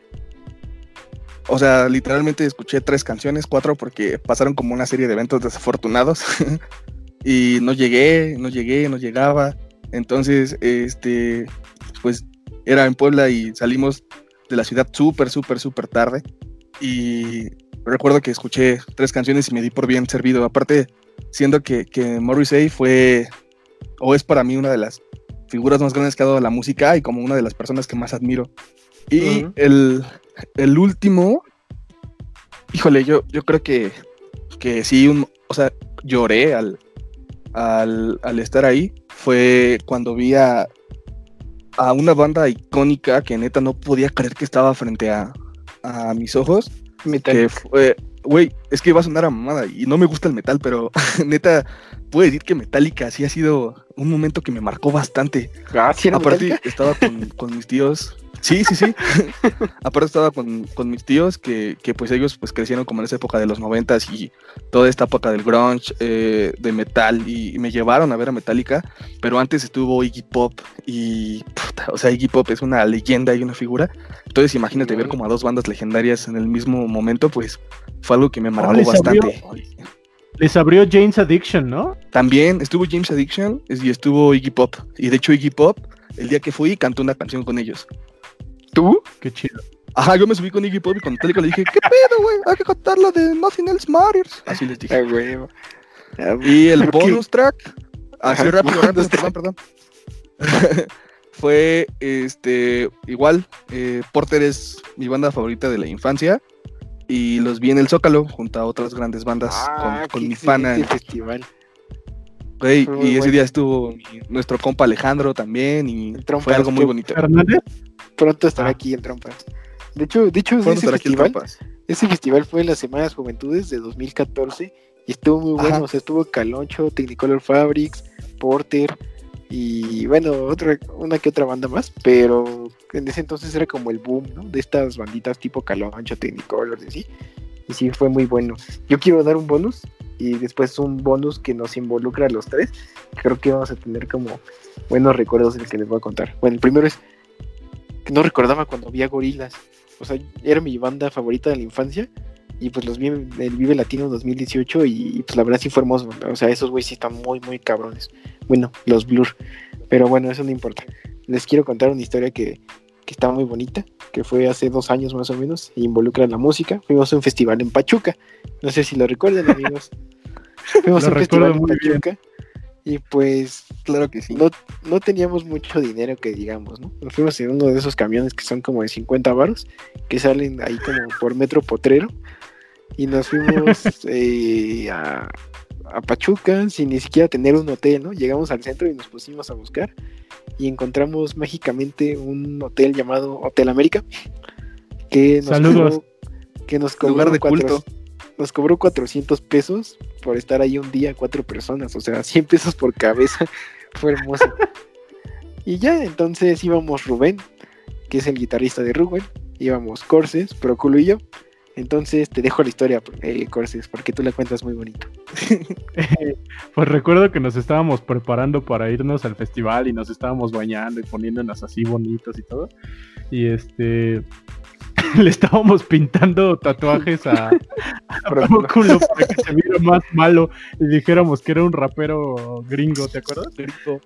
O sea, literalmente escuché 3 canciones, 4, porque pasaron como una serie de eventos desafortunados. Y no llegaba. Entonces, pues era en Puebla y salimos de la ciudad súper tarde. Y recuerdo que escuché 3 canciones y me di por bien servido. Aparte, siendo que Morrissey fue, o es para mí, una de las figuras más grandes que ha dado la música y como una de las personas que más admiro. Y el último, híjole, yo creo que sí, o sea, lloré al estar ahí. Fue cuando vi a una banda icónica que neta no podía creer que estaba frente a mis ojos. Metallica. Que fue, güey, es que va a sonar a mamada y no me gusta el metal, pero neta, puedo decir que Metallica sí ha sido un momento que me marcó bastante. ¿Sí era Aparte, Metallica? estaba con mis tíos. Sí. Aparte estaba con mis tíos que pues ellos pues crecieron como en esa época de los 90s y toda esta época del grunge, de metal, y me llevaron a ver a Metallica, pero antes estuvo Iggy Pop y puta, o sea, Iggy Pop es una leyenda y una figura. Entonces imagínate ver como a 2 bandas legendarias en el mismo momento, pues fue algo que me marcó bastante. Les abrió Jane's Addiction, ¿no? También estuvo James Addiction y estuvo Iggy Pop, y de hecho Iggy Pop, el día que fui, cantó una canción con ellos. ¿Tú? Qué chido. Ajá, yo me subí con Iggy Pop y con Metallica le dije, ¿qué pedo, güey? Hay que cantar la de Nothing Else Matters. Así les dije. Güey. Y el bonus track, así Ajá, rápido, perdón. Fue, igual, Porter es mi banda favorita de la infancia y los vi en el Zócalo junto a otras grandes bandas con mi pana. Festival. Güey, Fue y muy ese bueno. día estuvo nuestro compa Alejandro también y Trompas, fue algo muy bonito. ¿Hernández? Pronto estará aquí en Trompas. De hecho Pronto estará aquí el Trompas. ese festival fue en las Semanas Juventudes de 2014 y estuvo muy bueno. Ajá. O sea, estuvo Caloncho, Technicolor Fabrics, Porter y bueno, una que otra banda más, pero en ese entonces era como el boom, ¿no? De estas banditas tipo Caloncho, Technicolor y así. Y sí, fue muy bueno. Yo quiero dar un bonus y después un bonus que nos involucra a los 3. Creo que vamos a tener como buenos recuerdos del que les voy a contar. Bueno, el primero es que no recordaba cuando vi a Gorillaz. O sea, era mi banda favorita de la infancia y pues los vi en el Vive Latino 2018 y pues la verdad sí fue hermoso. O sea, esos güeyes sí están muy cabrones. Bueno, los Blur. Pero bueno, eso no importa. Les quiero contar una historia que está muy bonita, que fue hace 2 años más o menos, e involucra la música. Fuimos a un festival en Pachuca. No sé si lo recuerdan, amigos. Fuimos a un festival en Pachuca. Y pues, claro que sí. No teníamos mucho dinero que digamos, ¿no? Nos fuimos en uno de esos camiones que son como de 50 varos, que salen ahí como por metro potrero. Y nos fuimos a Pachuca sin ni siquiera tener un hotel, ¿no? Llegamos al centro y nos pusimos a buscar y encontramos mágicamente un hotel llamado Hotel América que nos cobró lugar de culto. Nos cobró 400 pesos por estar ahí un día 4 personas, o sea, 100 pesos por cabeza. Fue hermoso. Y ya, entonces íbamos Rubén, que es el guitarrista de Rubén, íbamos Corses, Proculo y yo. Entonces te dejo la historia, Corses, porque tú la cuentas muy bonito. Pues recuerdo que nos estábamos preparando para irnos al festival y nos estábamos bañando y poniéndonos así bonitos y todo. Y le estábamos pintando tatuajes a Proculo para que se viera más malo y dijéramos que era un rapero gringo, ¿te acuerdas? Gringo.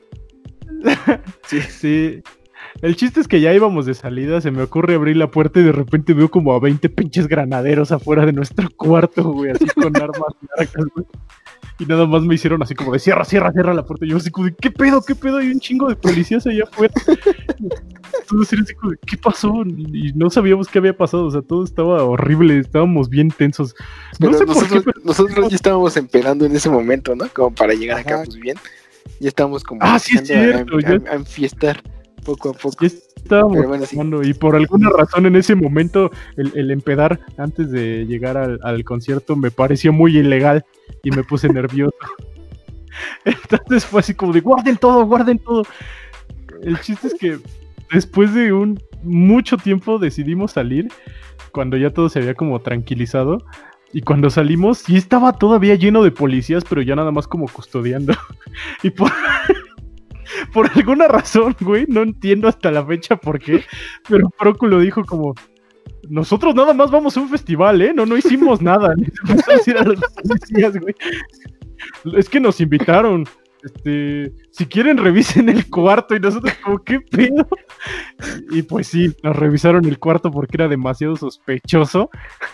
Sí. El chiste es que ya íbamos de salida, se me ocurre abrir la puerta y de repente veo como a 20 pinches granaderos afuera de nuestro cuarto, güey, así con armas largas, güey. Y nada más me hicieron así como de cierra la puerta. Y yo así como de, ¿qué pedo? Hay un chingo de policías allá afuera. Todos eran así como de, ¿qué pasó? Y no sabíamos qué había pasado, o sea, todo estaba horrible, estábamos bien tensos. Pero No sé nosotros, por qué, nosotros ya estábamos empedando en ese momento, ¿no? Como para llegar acá, pues bien. Ya estábamos como sí, es cierto, a enfiestar poco a poco. Ya estábamos bueno, sí. Y por alguna razón en ese momento el empedar antes de llegar al concierto me pareció muy ilegal y me puse nervioso. Entonces fue así como de guarden todo. El chiste es que después de mucho tiempo decidimos salir cuando ya todo se había como tranquilizado. Y cuando salimos sí estaba todavía lleno de policías, pero ya nada más como custodiando. Y por alguna razón, güey, no entiendo hasta la fecha por qué, pero Próculo dijo como, nosotros nada más vamos a un festival, no hicimos nada. Les empezó a decir a los policías, güey, es que nos invitaron, si quieren revisen el cuarto, y nosotros como, ¿qué pedo? Y pues sí, nos revisaron el cuarto porque era demasiado sospechoso.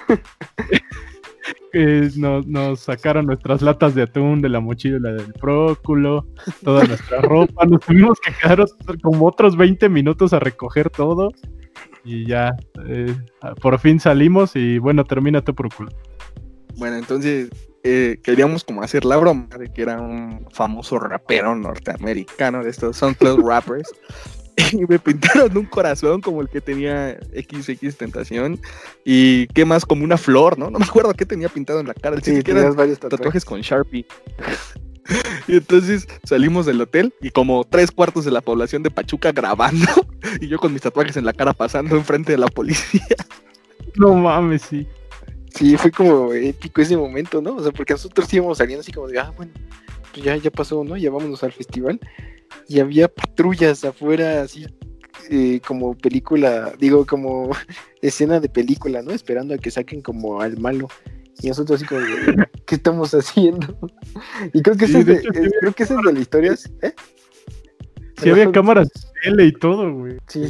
Nos sacaron nuestras latas de atún de la mochila del Próculo, toda nuestra ropa, nos tuvimos que quedar como otros 20 minutos a recoger todo y ya, por fin salimos y bueno, termina tu Próculo. Bueno, entonces queríamos como hacer la broma de que era un famoso rapero norteamericano de estos SoundCloud rappers. Y me pintaron un corazón como el que tenía XX Tentación. Y qué más, como una flor, ¿no? No me acuerdo qué tenía pintado en la cara. Sí, tenías varios tatuajes con Sharpie. Y entonces salimos del hotel y como 3/4 de la población de Pachuca grabando. Y yo con mis tatuajes en la cara pasando enfrente de la policía. No mames, sí. Sí, fue como épico ese momento, ¿no? O sea, porque nosotros íbamos saliendo así como de, bueno, pues ya pasó, ¿no? Ya vámonos al festival. Y había patrullas afuera, así como película, digo, como escena de película, ¿no? Esperando a que saquen como al malo. Y nosotros así como, ¿qué estamos haciendo? Y creo que sí, creo que esa es de las historias, ¿eh? Sí, había cámaras de tele y todo, güey. Sí.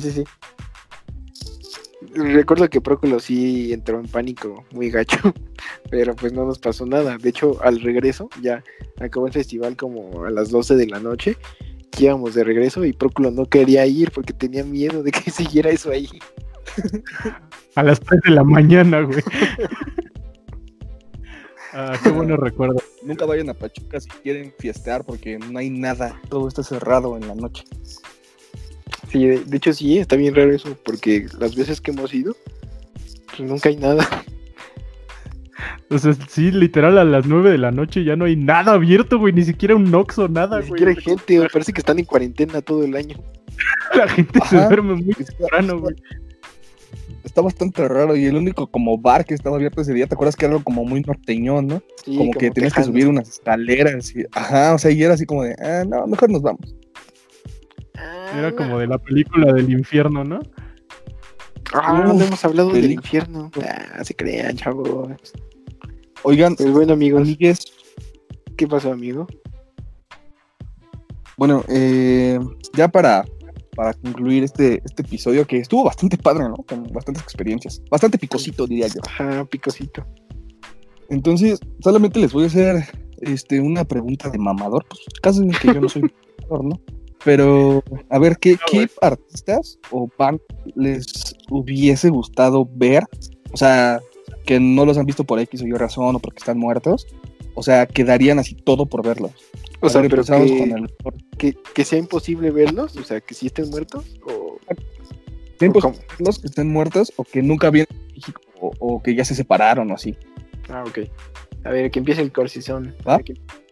Recuerdo que Próculo sí entró en pánico muy gacho, pero pues no nos pasó nada. De hecho, al regreso, ya acabó el festival como a las 12 de la noche, íbamos de regreso y Próculo no quería ir porque tenía miedo de que siguiera eso ahí. A las 3 de la mañana, güey. Qué bueno recuerdo. Nunca vayan a Pachuca si quieren fiestear porque no hay nada, todo está cerrado en la noche. Sí, de hecho sí, está bien raro eso, porque las veces que hemos ido, pues nunca hay nada. O sea, sí, literal a las 9 de la noche ya no hay nada abierto, güey, ni siquiera un Oxxo, nada, Ni güey. siquiera hay gente, me parece que están en cuarentena todo el año. La gente se duerme muy temprano, güey. Está bastante raro y el único como bar que estaba abierto ese día, ¿te acuerdas que era algo como muy norteñón, no? Sí, como que tenías que subir unas escaleras y, o sea, y era así como de, no, mejor nos vamos. Era como de la película del infierno, ¿no? No hemos hablado del infierno. Se crean, chavos. Oigan, pues bueno, amigos. Amigues. ¿Qué pasó, amigo? Bueno, ya para concluir este episodio que estuvo bastante padre, ¿no? Con bastantes experiencias. Bastante picosito, diría yo. Ajá, picosito. Entonces, solamente les voy a hacer una pregunta de mamador. Pues caso en el que yo no soy mamador, ¿no? Pero, a ver, ¿qué artistas o bandas les hubiese gustado ver? O sea, que no los han visto por X o Y razón o porque están muertos. O sea, que darían así todo por verlos. O sea, pero que sea imposible verlos, o sea, que sí estén muertos, o... Sea imposible verlos, que estén muertos, o que nunca vienen a México, o que ya se separaron o así. Ok. A ver, que empiece el corsizón. ¿Va?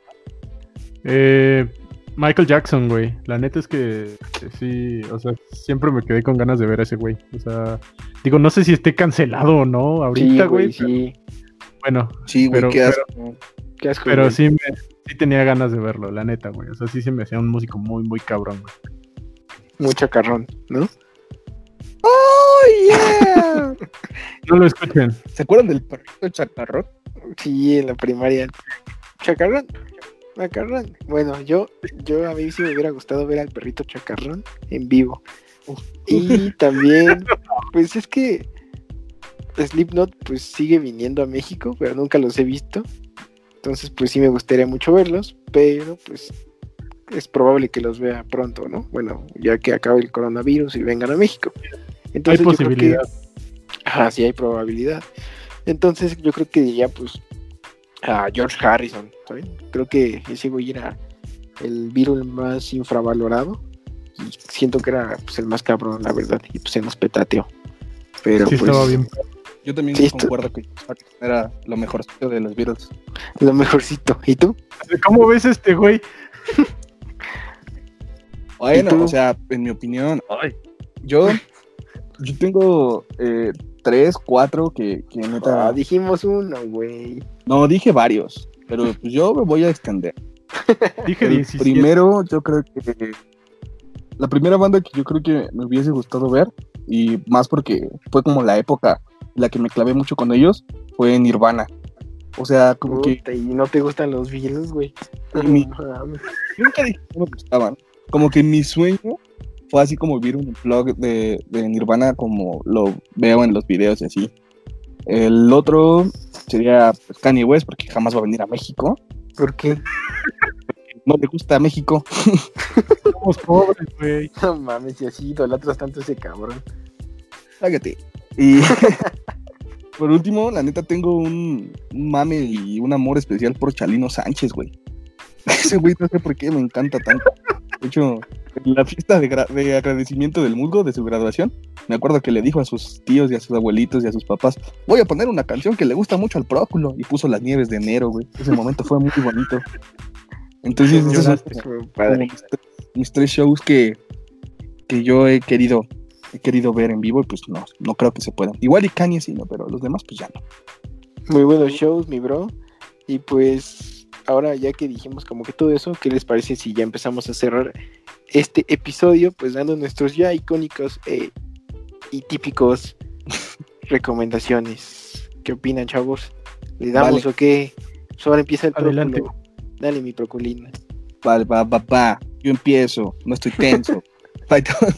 Michael Jackson, güey. La neta es que sí, o sea, siempre me quedé con ganas de ver a ese güey. O sea, digo, no sé si esté cancelado o no ahorita, güey. Sí. Bueno, sí, güey, qué asco. Pero sí tenía ganas de verlo, la neta, güey. O sea, sí se me hacía un músico muy, muy cabrón, güey. Muy chacarrón, ¿no? ¡Oh, yeah! No lo escuchen. ¿Se acuerdan del perrito chacarrón? Sí, en la primaria. Chacarrón. Bueno, a mí sí me hubiera gustado ver al perrito chacarrón en vivo. Y también, pues es que Slipknot pues sigue viniendo a México, pero nunca los he visto. Entonces pues sí me gustaría mucho verlos, pero pues es probable que los vea pronto, ¿no? Bueno, ya que acabe el coronavirus y vengan a México. Entonces, hay posibilidad. Sí hay probabilidad. Entonces yo creo que diría pues a George Harrison, ¿saben? Creo que ese güey era el Beatle más infravalorado y siento que era pues el más cabrón, la verdad, y pues se nos petateó. Pero sí, pues estaba bien. Yo también concuerdo que era lo mejorcito de los Beatles. Lo mejorcito. ¿Y tú? ¿Cómo ves este güey? Bueno, o sea, en mi opinión, yo tengo 3, 4 que neta... dijimos uno, güey. No, dije varios, pero pues yo me voy a extender. Dije 17. Primero, yo creo que la primera banda que yo creo que me hubiese gustado ver, y más porque fue como la época en la que me clavé mucho con ellos, fue Nirvana. O sea, como que Puta, y no te gustan los Beatles, güey. Mi- No mames. nunca dije que no me gustaban. Como que mi sueño fue así como ver un vlog de Nirvana como lo veo en los videos y así. El otro sería pues, Kanye West, porque jamás va a venir a México. ¿Por qué? No le gusta México. Somos pobres, güey. No mames, y así idolatras tanto a ese cabrón. Cállate. Y por último, la neta, tengo un mame y un amor especial por Chalino Sánchez, güey. Ese güey no sé por qué me encanta tanto. De hecho, en la fiesta de agradecimiento del musgo de su graduación, me acuerdo que le dijo a sus tíos y a sus abuelitos y a sus papás, voy a poner una canción que le gusta mucho al Próculo, y puso Las Nieves de Enero, güey. Ese momento fue muy bonito. Entonces, esos son Fue como padre. mis tres shows que yo he querido ver en vivo, y pues no creo que se puedan. Igual y Kanye sí, ¿no? Pero los demás, pues ya no. Muy buenos shows, mi bro. Y pues, ahora ya que dijimos como que todo eso, ¿qué les parece si ya empezamos a cerrar este episodio? Pues dando nuestros ya icónicos y típicos recomendaciones. ¿Qué opinan, chavos? ¿Le damos Vale. o qué? Pues ahora empieza el Adelante. Próculo. Dale, mi proculina. Vale, va. Yo empiezo, no estoy tenso. Python.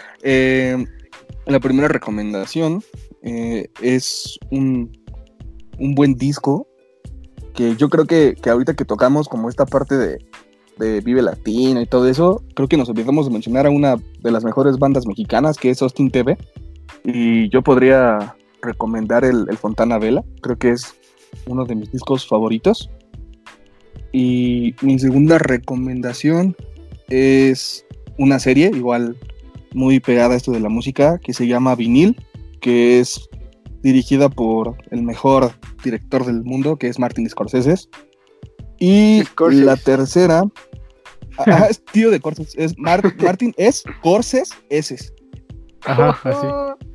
La primera recomendación es un buen disco que yo creo que ahorita que tocamos como esta parte de Vive Latino y todo eso, creo que nos olvidamos de mencionar a una de las mejores bandas mexicanas, que es Austin TV, y yo podría recomendar el Fontana Vela, creo que es uno de mis discos favoritos. Y mi segunda recomendación es una serie, igual muy pegada a esto de la música, que se llama Vinil, que es dirigida por el mejor director del mundo, que es Martin Scorsese. Y Scorsese. la tercera, es tío de Scorsese, es Martin Scorsese. Ajá, así.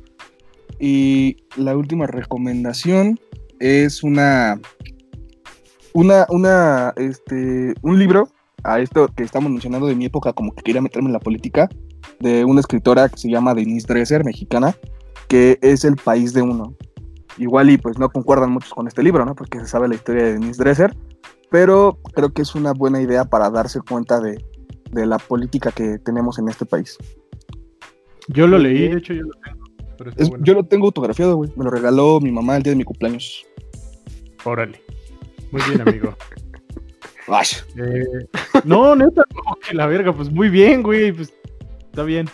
Y la última recomendación es un libro, a esto que estamos mencionando de mi época, como que quería meterme en la política, de una escritora que se llama Denise Dresser, mexicana, que es El País de Uno. Igual y pues no concuerdan muchos con este libro, ¿no? Porque se sabe la historia de Denise Dresser, pero creo que es una buena idea para darse cuenta de la política que tenemos en este país. Yo lo leí, de hecho yo lo tengo. Pero está bueno. Yo lo tengo autografiado, güey. Me lo regaló mi mamá el día de mi cumpleaños. Órale. Muy bien, amigo. Ay, No, neta, no, que la verga, pues muy bien, güey, pues está bien.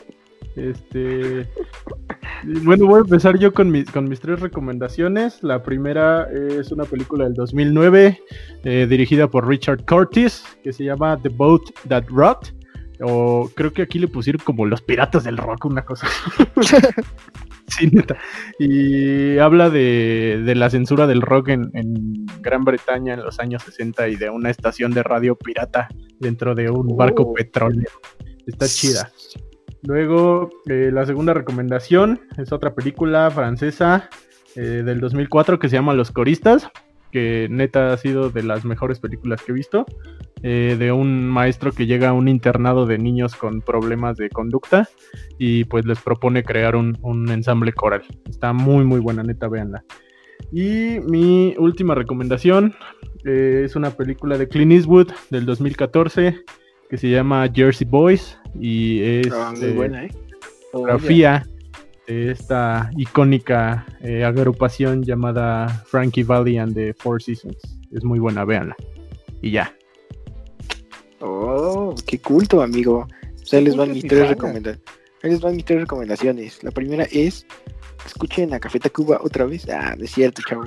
Bueno, voy a empezar yo con mis tres recomendaciones. La primera es una película del 2009, dirigida por Richard Curtis, que se llama The Boat That Rocked, o creo que aquí le pusieron como Los Piratas del Rock, una cosa así. Sí, neta. Y habla de la censura del rock en Gran Bretaña en los años 60 y de una estación de radio pirata dentro de un barco petrolero. Está chida. Luego, la segunda recomendación es otra película francesa del 2004 que se llama Los Coristas, que neta ha sido de las mejores películas que he visto, de un maestro que llega a un internado de niños con problemas de conducta y pues les propone crear un ensamble coral. Está muy muy buena, neta, véanla. Y mi última recomendación es una película de Clint Eastwood del 2014 que se llama Jersey Boys y es muy buena, biografía de esta icónica agrupación llamada Frankie Valli and the Four Seasons. Es muy buena, véanla. Y ya. Oh, qué culto, amigo. O sea, les van mis tres recomendaciones. La primera es, escuchen a Café Tacuba otra vez. Ah, no es cierto, chavos.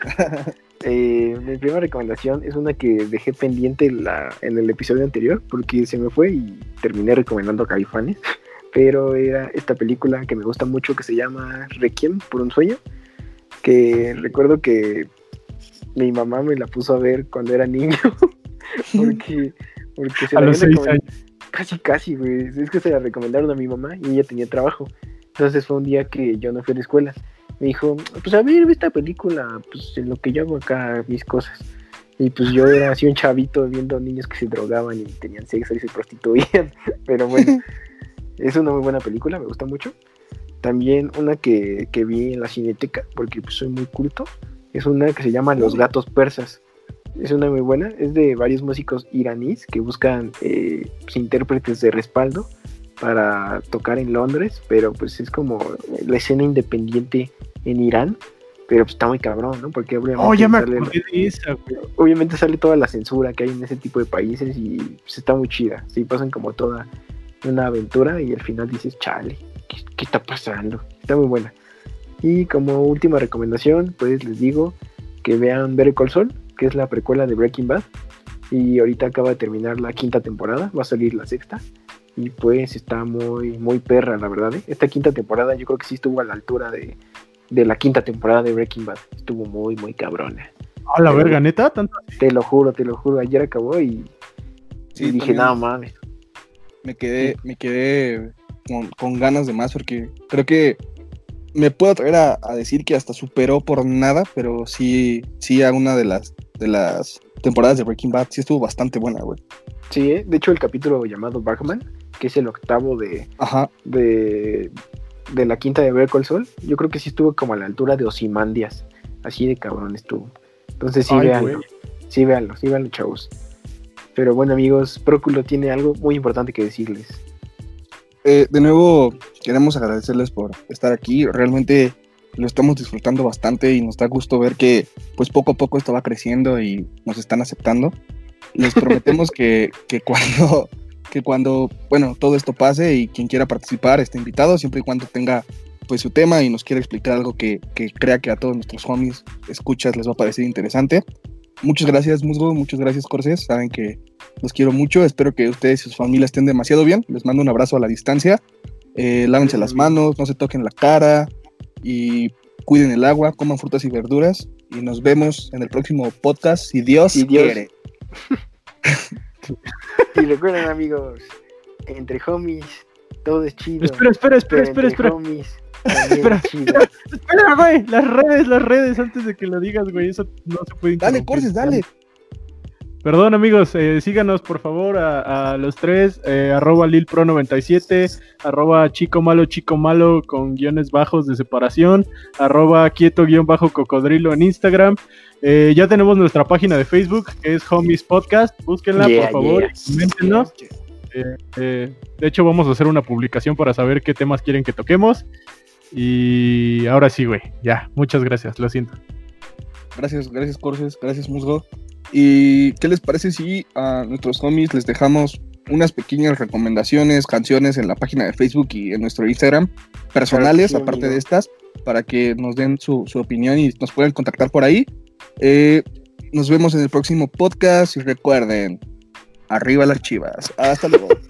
Mi primera recomendación es una que dejé pendiente en el episodio anterior porque se me fue y terminé recomendando a Caifanes. Pero era esta película que me gusta mucho que se llama Requiem por un sueño, que recuerdo que mi mamá me la puso a ver cuando era niño porque se a la los habían 6 años. casi, güey, es que se la recomendaron a mi mamá y ella tenía trabajo. Entonces fue un día que yo no fui a la escuela. Me dijo, pues a ver, ve esta película, pues en lo que yo hago acá mis cosas. Y pues yo era así un chavito viendo niños que se drogaban y tenían sexo y se prostituían. Pero bueno, Es una muy buena película, me gusta mucho. También una que vi en la Cineteca, porque pues, soy muy culto, es una que se llama Los Gatos Persas. Es una muy buena, es de varios músicos iraníes que buscan pues, intérpretes de respaldo para tocar en Londres, pero pues es como la escena independiente en Irán, pero pues está muy cabrón, ¿no? Porque obviamente Ya me acordé de esa, güey. obviamente sale toda la censura que hay en ese tipo de países y pues, está muy chida. Sí, pasan como toda una aventura y al final dices, chale, ¿qué está pasando? Está muy buena. Y como última recomendación, pues les digo que vean Better Call Saul, que es la precuela de Breaking Bad. Y ahorita acaba de terminar la 5ª temporada, va a salir la 6ª. Y pues está muy, muy perra, la verdad. Esta 5ª temporada yo creo que sí estuvo a la altura de la 5ª temporada de Breaking Bad. Estuvo muy, muy cabrona. A la verga, ¿neta? ¿Tanto? Te lo juro. Ayer acabó y dije, nada mames. Me quedé con ganas de más porque creo que me puedo atrever a decir que hasta superó por nada, pero sí a una de las temporadas de Breaking Bad sí estuvo bastante buena, güey. Sí, de hecho el capítulo llamado Bergman, que es el 8º de la 5ª de Better Call Saul, yo creo que sí estuvo como a la altura de Ozymandias, así de cabrón estuvo. Entonces sí, véanlo, chavos. Pero bueno, amigos, Próculo tiene algo muy importante que decirles. De nuevo, queremos agradecerles por estar aquí. Realmente lo estamos disfrutando bastante y nos da gusto ver que pues poco a poco esto va creciendo y nos están aceptando. Les prometemos que cuando bueno, todo esto pase y quien quiera participar esté invitado, siempre y cuando tenga pues su tema y nos quiera explicar algo que crea que a todos nuestros homies escuchas les va a parecer interesante. Muchas gracias, Musgo, muchas gracias, Corses. Saben que los quiero mucho. Espero que ustedes y sus familias estén demasiado bien. Les mando un abrazo a la distancia. Lávense las manos, no se toquen la cara y cuiden el agua, coman frutas y verduras. Y nos vemos en el próximo podcast, si Dios quiere. Y recuerden, amigos, entre homies todo es chido. Espera. Homies, Espera, güey, las redes, antes de que lo digas, güey, eso no se puede interrumpir. Dale, Corses, dale. Perdón, amigos, síganos por favor a los tres, @lilpro97, @chico malo con guiones bajos de separación, @quieto_cocodrilo en Instagram. Ya tenemos nuestra página de Facebook, que es Homies Podcast, búsquenla, por favor, coméntenos. De hecho, vamos a hacer una publicación para saber qué temas quieren que toquemos. Y ahora sí, güey, ya, muchas gracias, lo siento. Gracias, Corses, gracias, Musgo. ¿Y qué les parece si a nuestros homies les dejamos unas pequeñas recomendaciones, canciones en la página de Facebook y en nuestro Instagram, personales, sí, aparte de estas, para que nos den su opinión y nos puedan contactar por ahí? Nos vemos en el próximo podcast y recuerden, arriba las Chivas. Hasta luego.